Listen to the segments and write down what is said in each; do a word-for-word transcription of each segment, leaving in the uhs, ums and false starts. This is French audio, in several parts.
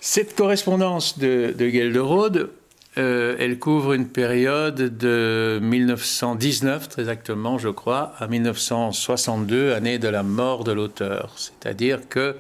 Cette correspondance de, de Gelderode, euh, elle couvre une période de mille neuf cent dix-neuf, très exactement, je crois, à mille neuf cent soixante-deux, année de la mort de l'auteur. C'est-à-dire que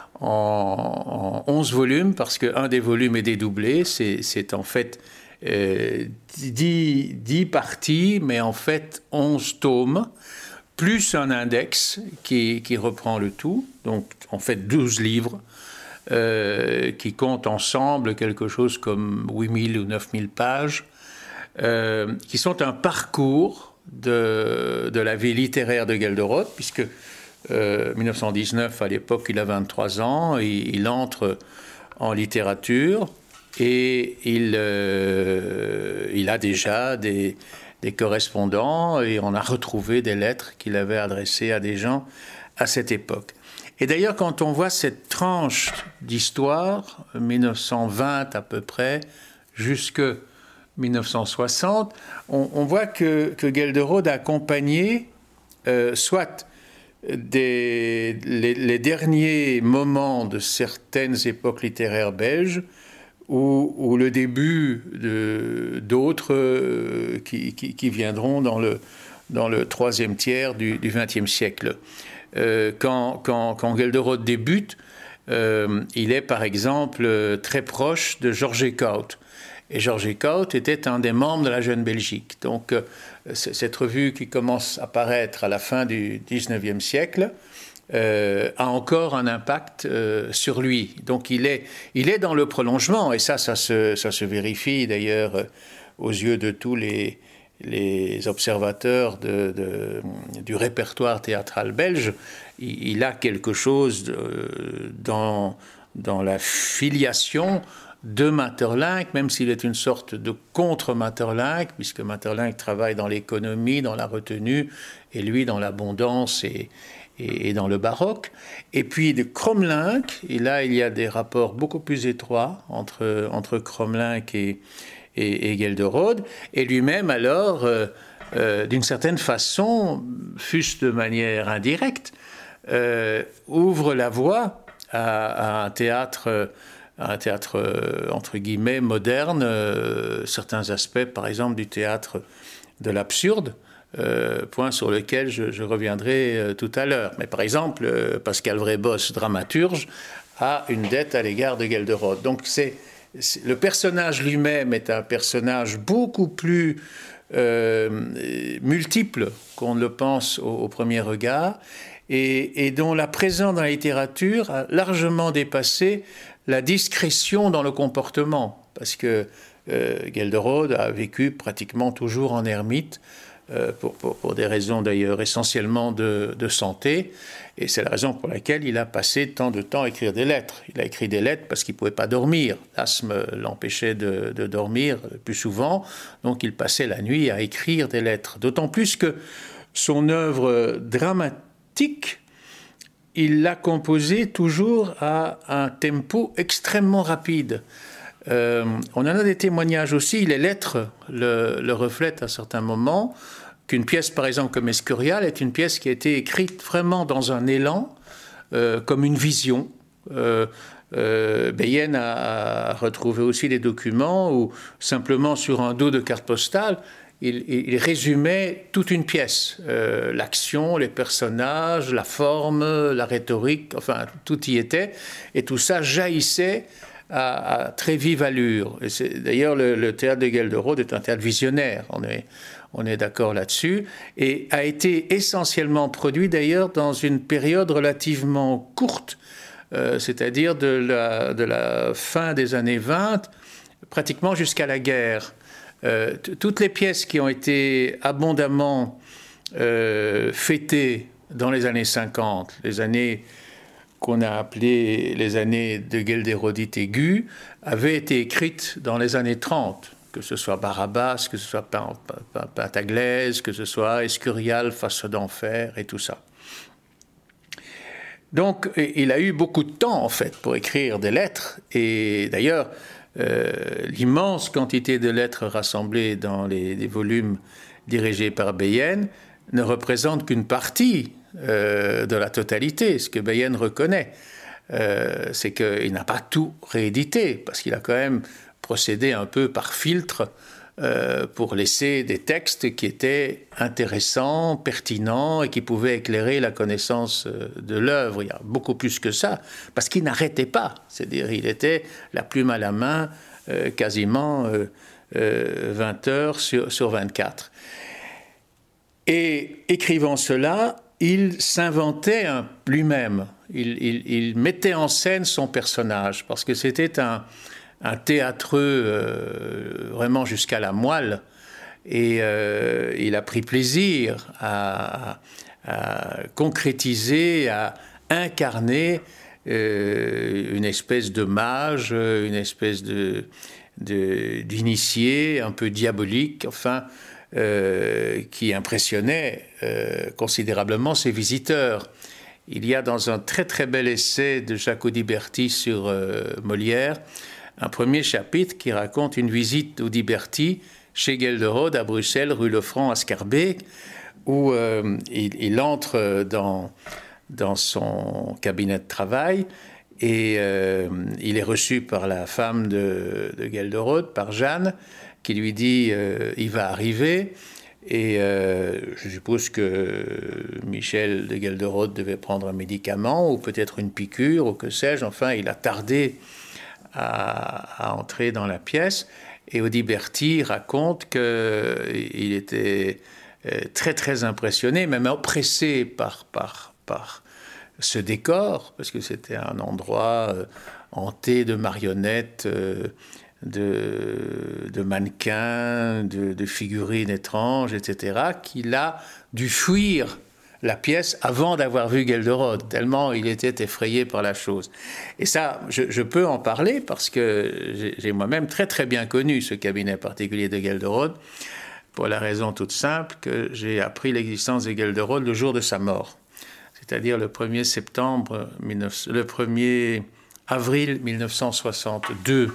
en, en onze volumes, parce qu'un des volumes est dédoublé, c'est, c'est en fait euh, dix, dix parties, mais en fait onze tomes, plus un index qui, qui reprend le tout, donc en fait douze livres, euh, qui comptent ensemble quelque chose comme huit mille ou neuf mille pages, euh, qui sont un parcours de, de la vie littéraire de Gelderode, puisque euh, mille neuf cent dix-neuf, à l'époque, il a vingt-trois ans, et il entre en littérature, et il, euh, il a déjà des... des correspondants, et on a retrouvé des lettres qu'il avait adressées à des gens à cette époque. Et d'ailleurs, quand on voit cette tranche d'histoire, mille neuf cent vingt à peu près, jusque mille neuf cent soixante, on, on voit que, que Gelderode a accompagné euh, soit des, les, les derniers moments de certaines époques littéraires belges, Ou, ou le début de, d'autres euh, qui, qui, qui viendront dans le, dans le troisième tiers du vingtième siècle. Euh, quand, quand, quand Gelderode débute, euh, il est par exemple très proche de Georges Eekhout. Et Georges Eekhout était un des membres de la Jeune Belgique. Donc euh, cette revue qui commence à paraître à la fin du dix-neuvième siècle, Euh, a encore un impact euh, sur lui. Donc il est, il est dans le prolongement, et ça, ça se, ça se vérifie d'ailleurs euh, aux yeux de tous les, les observateurs de, de, du répertoire théâtral belge. Il, il a quelque chose de, dans, dans la filiation de Maeterlinck, même s'il est une sorte de contre-Maeterlinck, puisque Maeterlinck travaille dans l'économie, dans la retenue, et lui dans l'abondance et et dans le baroque, et puis de Cromlinck, et là il y a des rapports beaucoup plus étroits entre, entre Cromlinck et, et, et Gelderode, et lui-même alors, euh, euh, d'une certaine façon, fût-ce de manière indirecte, euh, ouvre la voie à, à un théâtre, à un théâtre euh, entre guillemets moderne, euh, certains aspects par exemple du théâtre de l'absurde, Euh, point sur lequel je, je reviendrai euh, tout à l'heure. Mais par exemple, euh, Pascal Vrébos, dramaturge, a une dette à l'égard de Gelderode. Donc c'est, c'est, le personnage lui-même est un personnage beaucoup plus euh, multiple qu'on ne le pense au, au premier regard, et, et dont la présence dans la littérature a largement dépassé la discrétion dans le comportement, parce que euh, Gelderode a vécu pratiquement toujours en ermite, Pour, pour, pour des raisons d'ailleurs essentiellement de, de santé, et c'est la raison pour laquelle il a passé tant de temps à écrire des lettres. Il a écrit des lettres parce qu'il ne pouvait pas dormir. L'asthme l'empêchait de, de dormir plus souvent, donc il passait la nuit à écrire des lettres. D'autant plus que son œuvre dramatique, il l'a composée toujours à un tempo extrêmement rapide. Euh, on en a des témoignages aussi, les lettres le, le reflètent à certains moments, qu'une pièce par exemple comme Escurial est une pièce qui a été écrite vraiment dans un élan, euh, comme une vision. Euh, euh, Beyen a, a retrouvé aussi des documents où simplement sur un dos de carte postale, il, il résumait toute une pièce, euh, l'action, les personnages, la forme, la rhétorique, enfin tout y était, et tout ça jaillissait À, à très vive allure. Et c'est, d'ailleurs, le, le théâtre de Gelderode est un théâtre visionnaire, on est, on est d'accord là-dessus, et a été essentiellement produit d'ailleurs dans une période relativement courte, euh, c'est-à-dire de la, de la fin des années vingt, pratiquement jusqu'à la guerre. Euh, t- toutes les pièces qui ont été abondamment euh, fêtées dans les années cinquante, les années qu'on a appelées les années de Gelderodite aiguë, avaient été écrites dans les années trente, que ce soit Barabbas, que ce soit Pantaglaise, que ce soit Escurial, Face d'enfer et tout ça. Donc il a eu beaucoup de temps en fait pour écrire des lettres, et d'ailleurs euh, l'immense quantité de lettres rassemblées dans les, les volumes dirigés par Beyen ne représente qu'une partie Euh, de la totalité, ce que Beyen reconnaît. euh, c'est qu'il n'a pas tout réédité, parce qu'il a quand même procédé un peu par filtre euh, pour laisser des textes qui étaient intéressants, pertinents et qui pouvaient éclairer la connaissance de l'œuvre. Il y a beaucoup plus que ça, parce qu'il n'arrêtait pas. C'est-à-dire, il était la plume à la main euh, quasiment euh, euh, vingt heures sur, sur vingt-quatre. Et écrivant cela, il s'inventait lui-même. Il, il, il mettait en scène son personnage, parce que c'était un, un théâtreux euh, vraiment jusqu'à la moelle. Et euh, il a pris plaisir à, à concrétiser, à incarner euh, une espèce de mage, une espèce de, de, d'initié un peu diabolique, enfin, euh, qui impressionnait euh, considérablement ses visiteurs. Il y a dans un très très bel essai de Jacques Audiberti sur euh, Molière, un premier chapitre qui raconte une visite d'Audiberti chez Gelderode à Bruxelles, rue Lefranc à Schaerbeek, où euh, il, il entre dans, dans son cabinet de travail et euh, il est reçu par la femme de, de Gelderode, par Jeanne, qui lui dit euh, « il va arriver ». Et euh, je suppose que Michel de Gelderode devait prendre un médicament ou peut-être une piqûre ou que sais-je. Enfin, il a tardé à, à entrer dans la pièce. Et Audiberti raconte qu'il était très très impressionné, même oppressé par, par, par ce décor, parce que c'était un endroit hanté de marionnettes, de, de mannequins, de, de figurines étranges, et cetera, qu'il a dû fuir la pièce avant d'avoir vu Gelderode, tellement il était effrayé par la chose. Et ça, je, je peux en parler parce que j'ai, j'ai moi-même très très bien connu ce cabinet particulier de Gelderode, pour la raison toute simple que j'ai appris l'existence de Gelderode le jour de sa mort, c'est-à-dire le premier septembre, le premier avril mille neuf cent soixante-deux.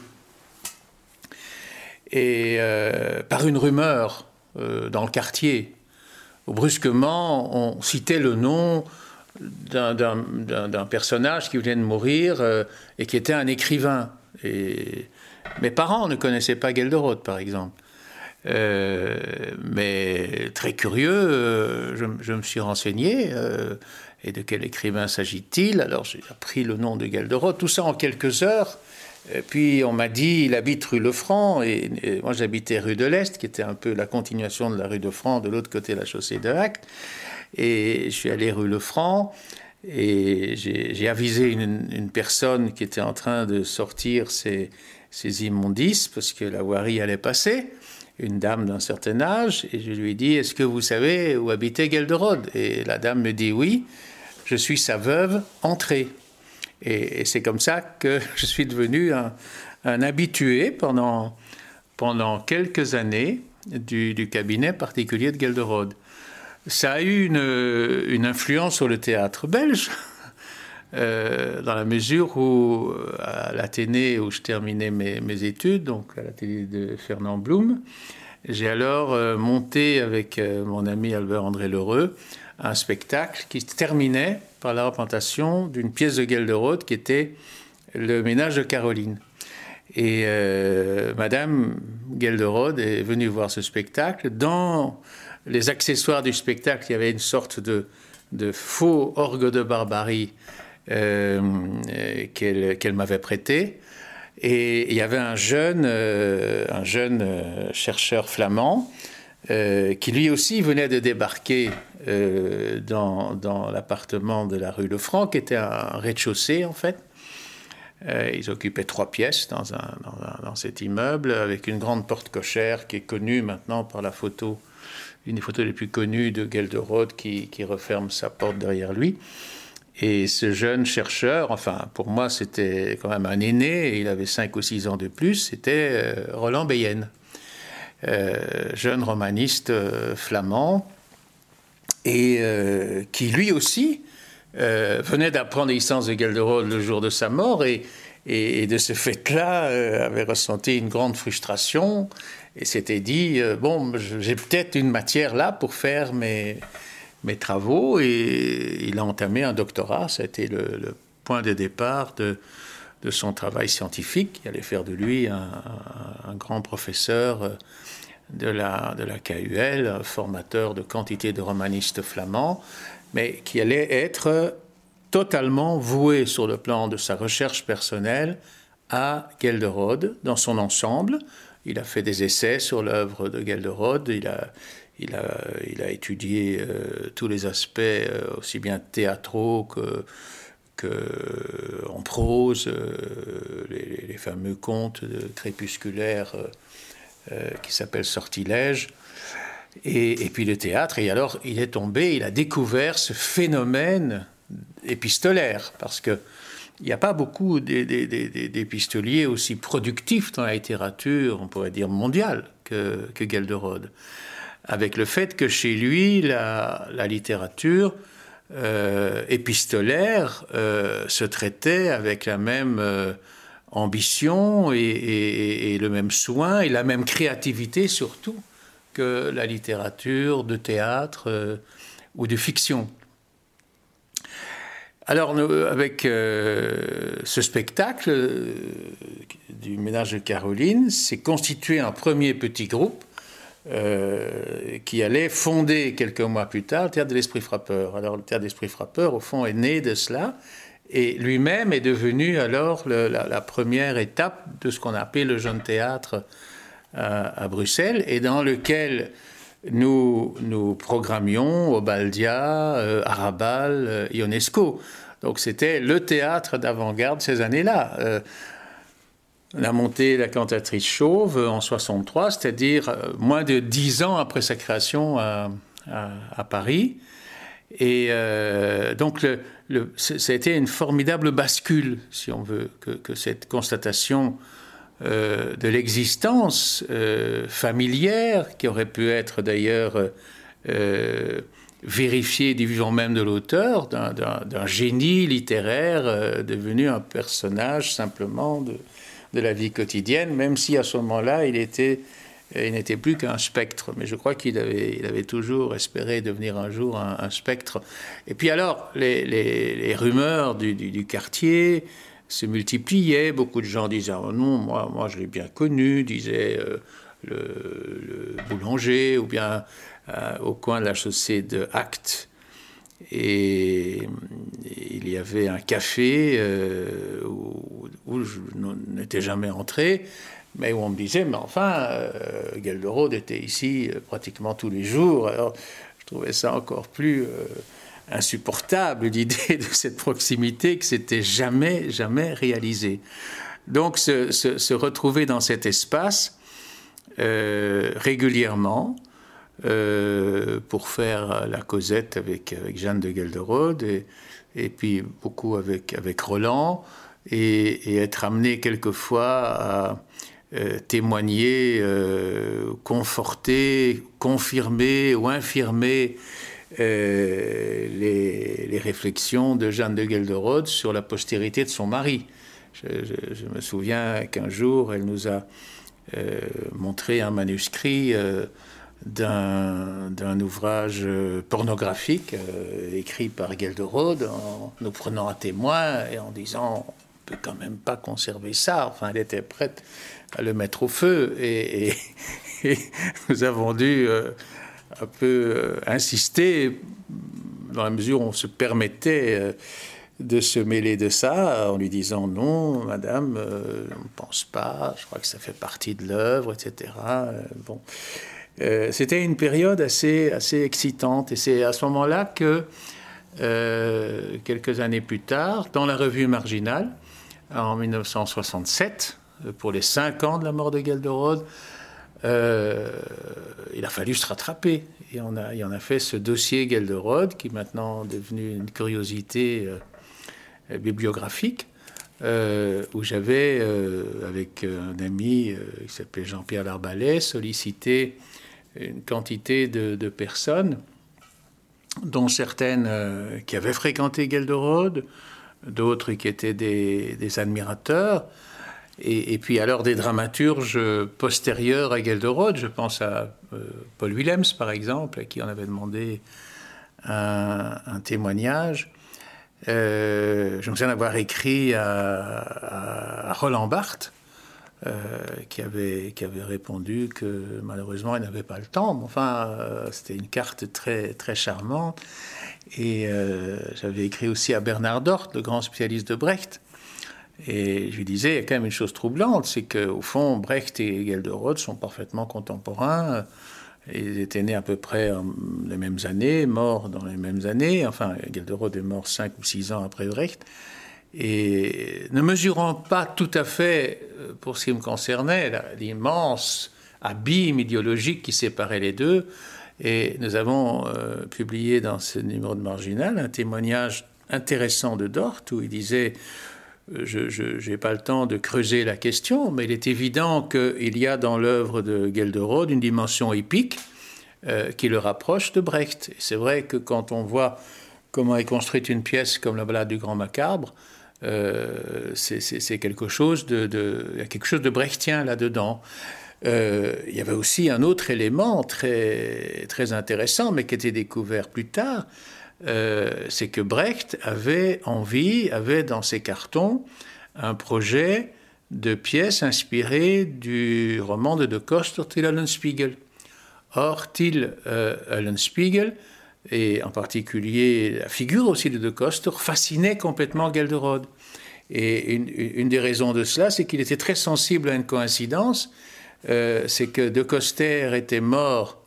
Et euh, par une rumeur euh, dans le quartier, où brusquement on citait le nom d'un, d'un, d'un, d'un personnage qui venait de mourir euh, et qui était un écrivain. Et mes parents ne connaissaient pas Gelderode, par exemple. Euh, mais très curieux, euh, je, je me suis renseigné. Euh, et de quel écrivain s'agit-il? Alors j'ai appris le nom de Gelderode, tout ça en quelques heures. Et puis on m'a dit, il habite rue Lefranc, et, et moi j'habitais rue de l'Est, qui était un peu la continuation de la rue de Franc, de l'autre côté de la chaussée de Hact. Et je suis allé rue Lefranc, et j'ai, j'ai avisé une, une personne qui était en train de sortir ses, ses immondices, parce que la voirie allait passer, une dame d'un certain âge, et je lui ai dit, est-ce que vous savez où habitait Gelderode? Et la dame me dit, oui, je suis sa veuve, entrez. Et, et c'est comme ça que je suis devenu un, un habitué pendant, pendant quelques années du, du cabinet particulier de Gelderode. Ça a eu une, une influence sur le théâtre belge, euh, dans la mesure où, à l'Athénée où je terminais mes, mes études, donc à l'atelier de Fernand Blum, j'ai alors euh, monté avec euh, mon ami Albert-André Lheureux un spectacle qui se terminait par la représentation d'une pièce de Gelderode qui était Le ménage de Caroline. Et euh, Madame Gelderode est venue voir ce spectacle. Dans les accessoires du spectacle, il y avait une sorte de, de faux orgue de barbarie euh, qu'elle, qu'elle m'avait prêté. Et il y avait un jeune, euh, un jeune euh, chercheur flamand Euh, qui lui aussi venait de débarquer euh, dans, dans l'appartement de la rue Lefranc, qui était un rez-de-chaussée en fait. Euh, ils occupaient trois pièces dans, un, dans, un, dans cet immeuble, avec une grande porte cochère qui est connue maintenant par la photo, une des photos les plus connues de Gelderode qui, qui referme sa porte derrière lui. Et ce jeune chercheur, enfin pour moi c'était quand même un aîné, il avait cinq ou six ans de plus, c'était euh, Roland Beyen. Euh, jeune romaniste euh, flamand, et euh, qui lui aussi euh, venait d'apprendre l'existence de Gelderode le jour de sa mort, et, et, et de ce fait-là euh, avait ressenti une grande frustration, et s'était dit, euh, bon, j'ai peut-être une matière là pour faire mes, mes travaux, et il a entamé un doctorat, ça a été le, le point de départ de, de son travail scientifique, qui allait faire de lui un, un, un grand professeur de la, de la K U L, formateur de quantité de romanistes flamands, mais qui allait être totalement voué sur le plan de sa recherche personnelle à Gelderode dans son ensemble. Il a fait des essais sur l'œuvre de Gelderode, il a, il a, il a étudié euh, tous les aspects, euh, aussi bien théâtraux que, que en prose, euh, les, les fameux contes crépusculaires euh, euh, qui s'appellent Sortilèges, et, et puis le théâtre. Et alors, il est tombé, il a découvert ce phénomène épistolaire, parce que il n'y a pas beaucoup d'épistoliers aussi productifs dans la littérature, on pourrait dire mondiale, que, que Gelderode. Avec le fait que chez lui, la, la littérature euh, épistolaire euh, se traitait avec la même euh, ambition et, et, et le même soin et la même créativité surtout que la littérature de théâtre euh, ou de fiction. Alors, nous, avec euh, ce spectacle euh, du Ménage de Caroline, s'est constitué un premier petit groupe euh, qui allait fonder quelques mois plus tard le Théâtre de l'Esprit Frappeur. Alors, le Théâtre de l'Esprit Frappeur, au fond, est né de cela, et lui-même est devenu alors le, la, la première étape de ce qu'on appelait le jeune théâtre à, à Bruxelles, et dans lequel nous, nous programmions Obaldia, euh, Arrabal, euh, Ionesco. Donc c'était le théâtre d'avant-garde ces années-là. Euh, on a monté La Cantatrice Chauve en soixante-trois, c'est-à-dire euh, moins de dix ans après sa création à, à, à Paris. Et euh, donc le, le, ça a été une formidable bascule, si on veut, que, que cette constatation Euh, de l'existence euh, familière, qui aurait pu être d'ailleurs euh, vérifiée du vivant même de l'auteur, d'un, d'un, d'un génie littéraire euh, devenu un personnage simplement de, de la vie quotidienne, même si à ce moment-là, il, était, il n'était plus qu'un spectre. Mais je crois qu'il avait, il avait toujours espéré devenir un jour un, un spectre. Et puis alors, les, les, les rumeurs du, du, du quartier se multipliaient. Beaucoup de gens disaient oh non, moi, moi je l'ai bien connu, disait euh, le, le boulanger, ou bien euh, au coin de la chaussée de Acte. Et, et il y avait un café euh, où, où je n'étais jamais entré, mais où on me disait mais enfin, euh, Gelderode était ici euh, pratiquement tous les jours. Alors je trouvais ça encore plus Euh, insupportable, l'idée de cette proximité que c'était jamais, jamais réalisé. Donc, se, se, se retrouver dans cet espace euh, régulièrement euh, pour faire la causette avec, avec Jeanne de Gelderode et, et puis beaucoup avec, avec Roland et, et être amené quelquefois à euh, témoigner, euh, conforter, confirmer ou infirmer Euh, les, les réflexions de Jeanne de Gelderode sur la postérité de son mari. Je, je, je me souviens qu'un jour, elle nous a euh, montré un manuscrit euh, d'un, d'un ouvrage pornographique euh, écrit par Gelderode, en nous prenant à témoin et en disant on ne peut quand même pas conserver ça. Enfin, elle était prête à le mettre au feu. Et, et, et nous avons dû Euh, un peu euh, insister, dans la mesure où on se permettait euh, de se mêler de ça, en lui disant non, madame, euh, on ne pense pas, je crois que ça fait partie de l'œuvre, et cetera. Euh, bon. euh, c'était une période assez, assez excitante, et c'est à ce moment-là que, euh, quelques années plus tard, dans la revue Marginale, en dix-neuf cent soixante-sept, pour les cinq ans de la mort de Gelderode, Euh, il a fallu se rattraper. Et on a, et on a fait ce dossier Gelderode, qui est maintenant devenu une curiosité euh, bibliographique, euh, où j'avais, euh, avec un ami euh, qui s'appelait Jean-Pierre Larballet, sollicité une quantité de, de personnes, dont certaines euh, qui avaient fréquenté Gelderode, d'autres qui étaient des, des admirateurs, Et, et puis alors des dramaturges postérieurs à Gelderode, je pense à euh, Paul Willems par exemple, à qui on avait demandé un, un témoignage. Euh, je me souviens d'avoir écrit à, à, à Roland Barthes, euh, qui, avait, qui avait répondu que malheureusement il n'avait pas le temps. Mais enfin, euh, c'était une carte très, très charmante. Et euh, j'avais écrit aussi à Bernard Dort, le grand spécialiste de Brecht. Et je lui disais, il y a quand même une chose troublante, c'est qu'au fond, Brecht et Gelderode sont parfaitement contemporains. Ils étaient nés à peu près en les mêmes années, morts dans les mêmes années. Enfin, Gelderode est mort cinq ou six ans après Brecht. Et ne mesurant pas tout à fait, pour ce qui me concernait, l'immense abîme idéologique qui séparait les deux, et nous avons euh, publié dans ce numéro de Marginal un témoignage intéressant de Dort où il disait « Je n'ai pas le temps de creuser la question, mais il est évident qu'il y a dans l'œuvre de Gelderode une dimension épique euh, qui le rapproche de Brecht. » Et c'est vrai que quand on voit comment est construite une pièce comme la Ballade du Grand Macabre, euh, c'est quelque chose de, de, il y a quelque chose de brechtien là-dedans. Euh, il y avait aussi un autre élément très, très intéressant, mais qui a été découvert plus tard, euh, c'est que Brecht avait envie, avait dans ses cartons, un projet de pièce inspirée du roman de De Coster, Till Eulenspiegel. Or, Till euh, Eulenspiegel, et en particulier la figure aussi de De Coster, fascinait complètement Gelderode. Et une, une des raisons de cela, c'est qu'il était très sensible à une coïncidence. Euh, c'est que De Coster était mort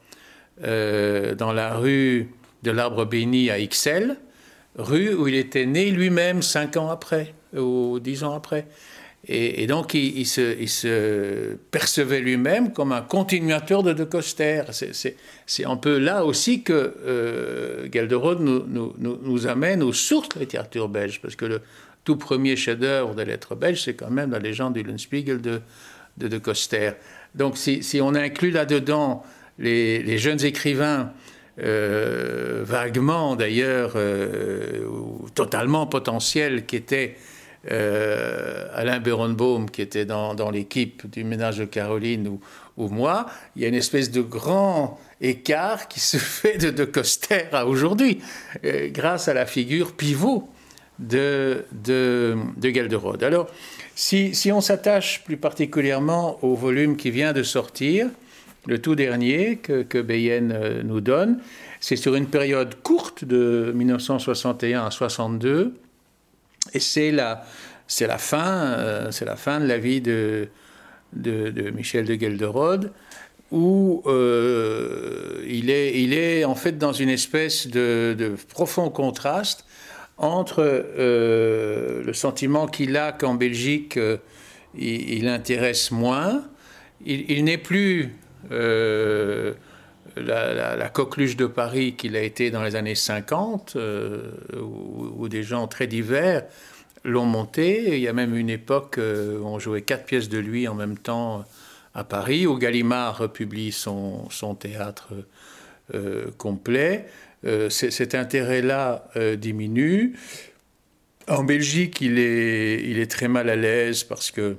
euh, dans la rue de l'Arbre Béni à Ixelles, rue où il était né lui-même cinq ans après, ou dix ans après. Et, et donc, il, il, se, il se percevait lui-même comme un continuateur de De Coster. C'est un peu là aussi que euh, Gelderode nous, nous, nous amène aux sources de la littérature belge, parce que le tout premier chef-d'œuvre des lettres belges, c'est quand même la légende du Eulenspiegel de de De Coster. Donc si, si on inclut là-dedans les, les jeunes écrivains, euh, vaguement d'ailleurs, euh, ou totalement potentiels, qui étaient euh, Alain Berenbaum, qui était dans, dans l'équipe du Ménage de Caroline, ou, ou moi, il y a une espèce de grand écart qui se fait de De Coster à aujourd'hui, euh, grâce à la figure pivot de, de, de Gelderode. Alors, Si, si on s'attache plus particulièrement au volume qui vient de sortir, le tout dernier que, que Beyen euh, nous donne, c'est sur une période courte de mille neuf cent soixante et un à soixante-deux, et c'est la, c'est la fin, euh, c'est la fin de la vie de, de, de Michel de Gelderode, où euh, il, est, il est en fait dans une espèce de, de profond contraste entre euh, le sentiment qu'il a qu'en Belgique, euh, il, il intéresse moins. Il, il n'est plus euh, la, la, la coqueluche de Paris qu'il a été dans les années cinquante, euh, où, où des gens très divers l'ont monté. Il y a même une époque euh, où on jouait quatre pièces de lui en même temps à Paris, où Gallimard republie son, son théâtre euh, complet. Euh, cet intérêt-là euh, diminue. En Belgique, il est, il est très mal à l'aise parce que,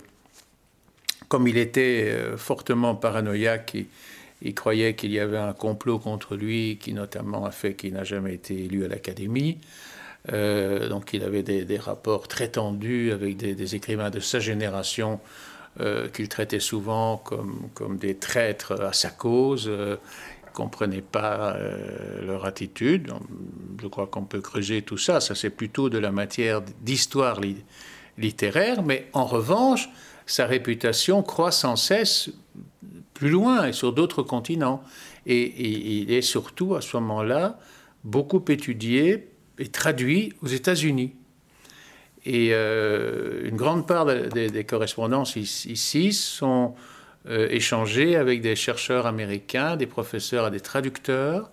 comme il était euh, fortement paranoïaque, il, il croyait qu'il y avait un complot contre lui, qui notamment a fait qu'il n'a jamais été élu à l'Académie. Euh, donc il avait des, des rapports très tendus avec des, des écrivains de sa génération euh, qu'il traitait souvent comme, comme des traîtres à sa cause. Euh, ne comprenaient pas euh, leur attitude. Je crois qu'on peut creuser tout ça. Ça, c'est plutôt de la matière d'histoire li littéraire. Mais en revanche, sa réputation croît sans cesse plus loin et sur d'autres continents. Et, et il est surtout, à ce moment-là, beaucoup étudié et traduit aux États-Unis. Et euh, une grande part des, des correspondances ici sont Euh, échanger avec des chercheurs américains, des professeurs et des traducteurs,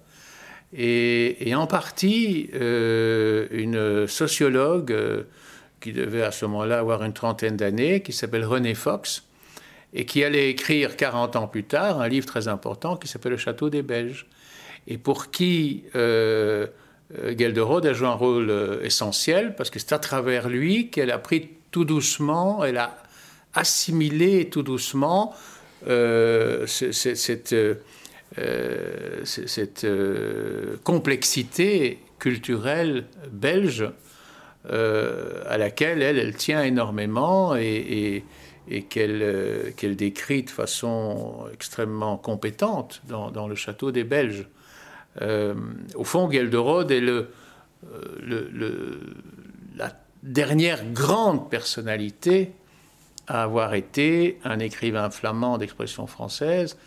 et, et en partie euh, une sociologue euh, qui devait à ce moment-là avoir une trentaine d'années, qui s'appelle René Fox, et qui allait écrire quarante ans plus tard un livre très important qui s'appelle Le Château des Belges, et pour qui euh, Gelderode a joué un rôle essentiel, parce que c'est à travers lui qu'elle a pris tout doucement, elle a assimilé tout doucement Euh, cette, euh, cette euh, complexité culturelle belge euh, à laquelle elle, elle tient énormément et, et, et qu'elle, euh, qu'elle décrit de façon extrêmement compétente dans, dans le château des Belges. Euh, au fond, Gelderode est le, le, le, la dernière grande personnalité à avoir été un écrivain flamand d'expression française,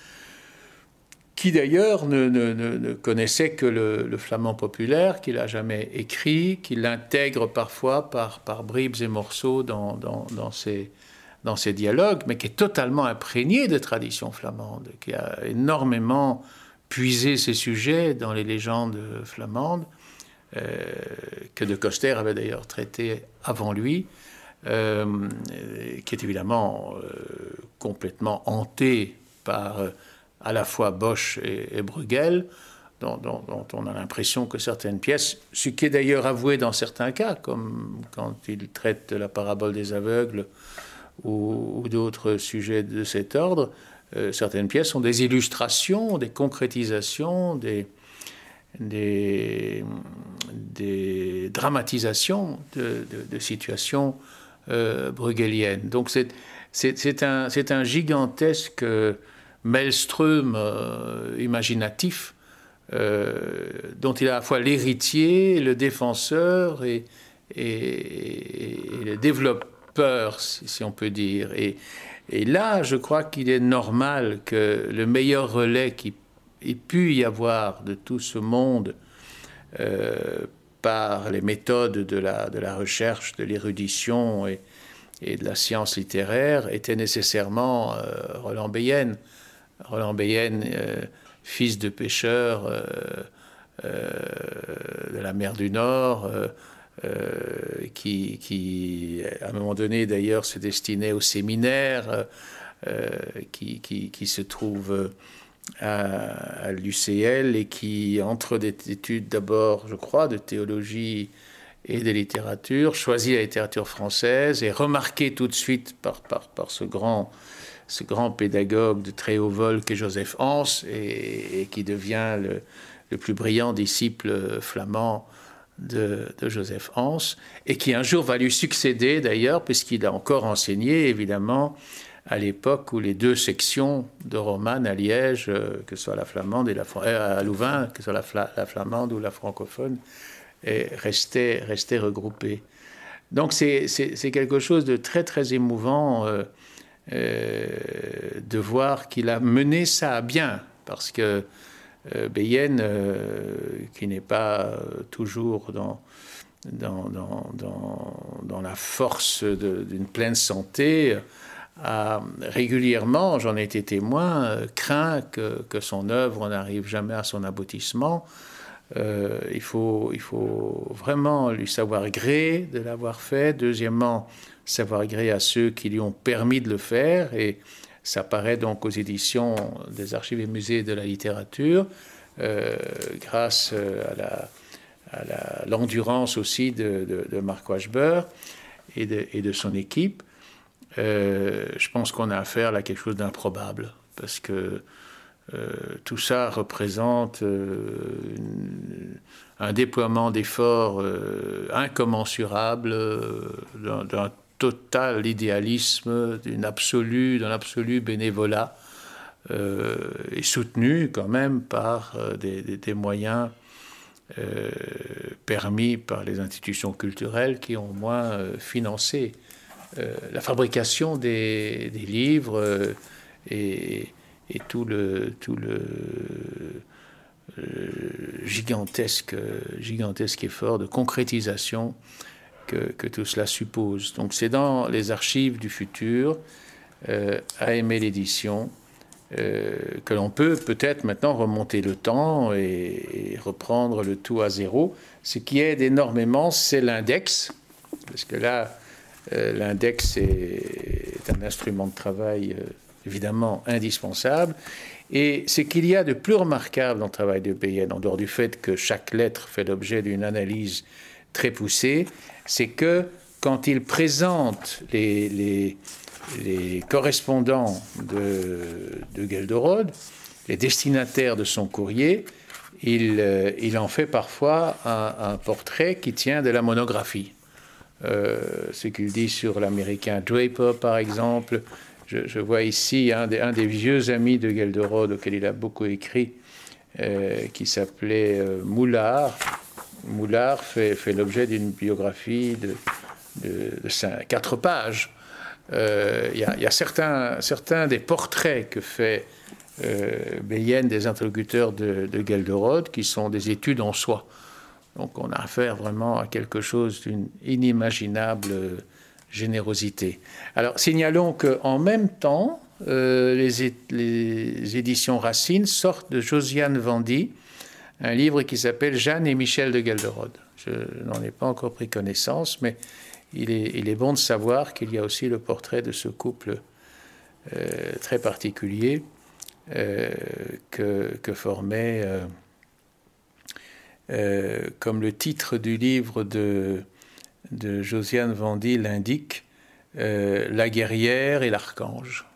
qui d'ailleurs ne, ne, ne connaissait que le, le flamand populaire, qu'il n'a jamais écrit, qu'il l'intègre parfois par, par bribes et morceaux dans, dans, dans, ses, dans ses dialogues, mais qui est totalement imprégné de tradition flamande, qui a énormément puisé ses sujets dans les légendes flamandes, euh, que de Coster avait d'ailleurs traité avant lui, euh, qui est évidemment euh, complètement hanté par... Euh, à la fois Bosch et, et Bruegel, dont, dont, dont on a l'impression que certaines pièces, ce qui est d'ailleurs avoué dans certains cas, comme quand il traite de la parabole des aveugles ou, ou d'autres sujets de cet ordre, euh, certaines pièces sont des illustrations, des concrétisations, des, des, des dramatisations de, de, de situations euh, bruegeliennes. Donc c'est, c'est, c'est, un, c'est un gigantesque... maelstrom euh, imaginatif euh, dont il est à la fois l'héritier, le défenseur et, et, et le développeur, si, si on peut dire. Et, et là, je crois qu'il est normal que le meilleur relais qu'il ait pu y avoir de tout ce monde euh, par les méthodes de la, de la recherche, de l'érudition et, et de la science littéraire était nécessairement euh, Roland Béyenne. Roland Béyenne, euh, fils de pêcheur euh, euh, de la mer du Nord, euh, euh, qui, qui, à un moment donné, d'ailleurs, se destinait au séminaire, euh, qui, qui, qui se trouve à, à l'U C L et qui, entre des études d'abord, je crois, de théologie et de littérature, choisit la littérature française et remarqué tout de suite par, par, par ce grand... ce grand pédagogue de très haut vol qu'est Joseph Hans et, et qui devient le, le plus brillant disciple flamand de, de Joseph Hans et qui un jour va lui succéder d'ailleurs puisqu'il a encore enseigné évidemment à l'époque où les deux sections de Romanne à Liège, euh, que ce soit la flamande et la euh, à Louvain, que ce soit la, fla, la flamande ou la francophone, et restaient, restaient regroupées. Donc c'est, c'est, c'est quelque chose de très très émouvant euh, Euh, de voir qu'il a mené ça à bien, parce que euh, Béyenne, euh, qui n'est pas euh, toujours dans, dans, dans, dans, dans la force de, d'une pleine santé, a régulièrement, j'en ai été témoin, euh, craint que, que son œuvre n'arrive jamais à son aboutissement. Euh, il faut, il faut vraiment lui savoir gré de l'avoir fait. Deuxièmement, savoir gré à ceux qui lui ont permis de le faire. Et ça paraît donc aux éditions des Archives et Musées de la littérature, euh, grâce à, la, à la, l'endurance aussi de, de, de Marc Wachber et de, et de son équipe. Euh, je pense qu'on a affaire à quelque chose d'improbable, parce que Euh, tout ça représente euh, une, un déploiement d'efforts euh, incommensurable, euh, d'un, d'un total idéalisme, d'une absolue, d'un absolu bénévolat, euh, et soutenu quand même par euh, des, des, des moyens euh, permis par les institutions culturelles qui ont au moins euh, financé euh, la fabrication des, des livres euh, et et tout le, tout le, le gigantesque, gigantesque effort de concrétisation que, que tout cela suppose. Donc c'est dans les archives du futur, euh, à aimer l'édition, euh, que l'on peut peut-être maintenant remonter le temps et, et reprendre le tout à zéro. Ce qui aide énormément, c'est l'index, parce que là, euh, l'index est, est un instrument de travail euh, évidemment indispensable. Et ce qu'il y a de plus remarquable dans le travail de Béyenne, en dehors du fait que chaque lettre fait l'objet d'une analyse très poussée, c'est que quand il présente les, les, les correspondants de, de Gelderode, les destinataires de son courrier, il, il en fait parfois un, un portrait qui tient de la monographie. euh, ce qu'il dit sur l'américain Draper, par exemple. Je, je vois ici un des, un des vieux amis de Gelderode auquel il a beaucoup écrit, euh, qui s'appelait euh, Moulard. Moulard fait, fait l'objet d'une biographie de, de, de cinq, quatre pages. Euh, il y a, il y a certains, certains des portraits que fait euh, Beyen des interlocuteurs de, de Gelderode qui sont des études en soi. Donc on a affaire vraiment à quelque chose d'une inimaginable générosité. Alors signalons qu'en même temps, euh, les, les éditions Racine sortent de Josiane Vendy un livre qui s'appelle Jeanne et Michel de Gelderode. Je n'en ai pas encore pris connaissance, mais il est, il est bon de savoir qu'il y a aussi le portrait de ce couple euh, très particulier euh, que, que formait, euh, euh, comme le titre du livre de, de Josiane Vendy l'indique, euh, La guerrière et l'archange.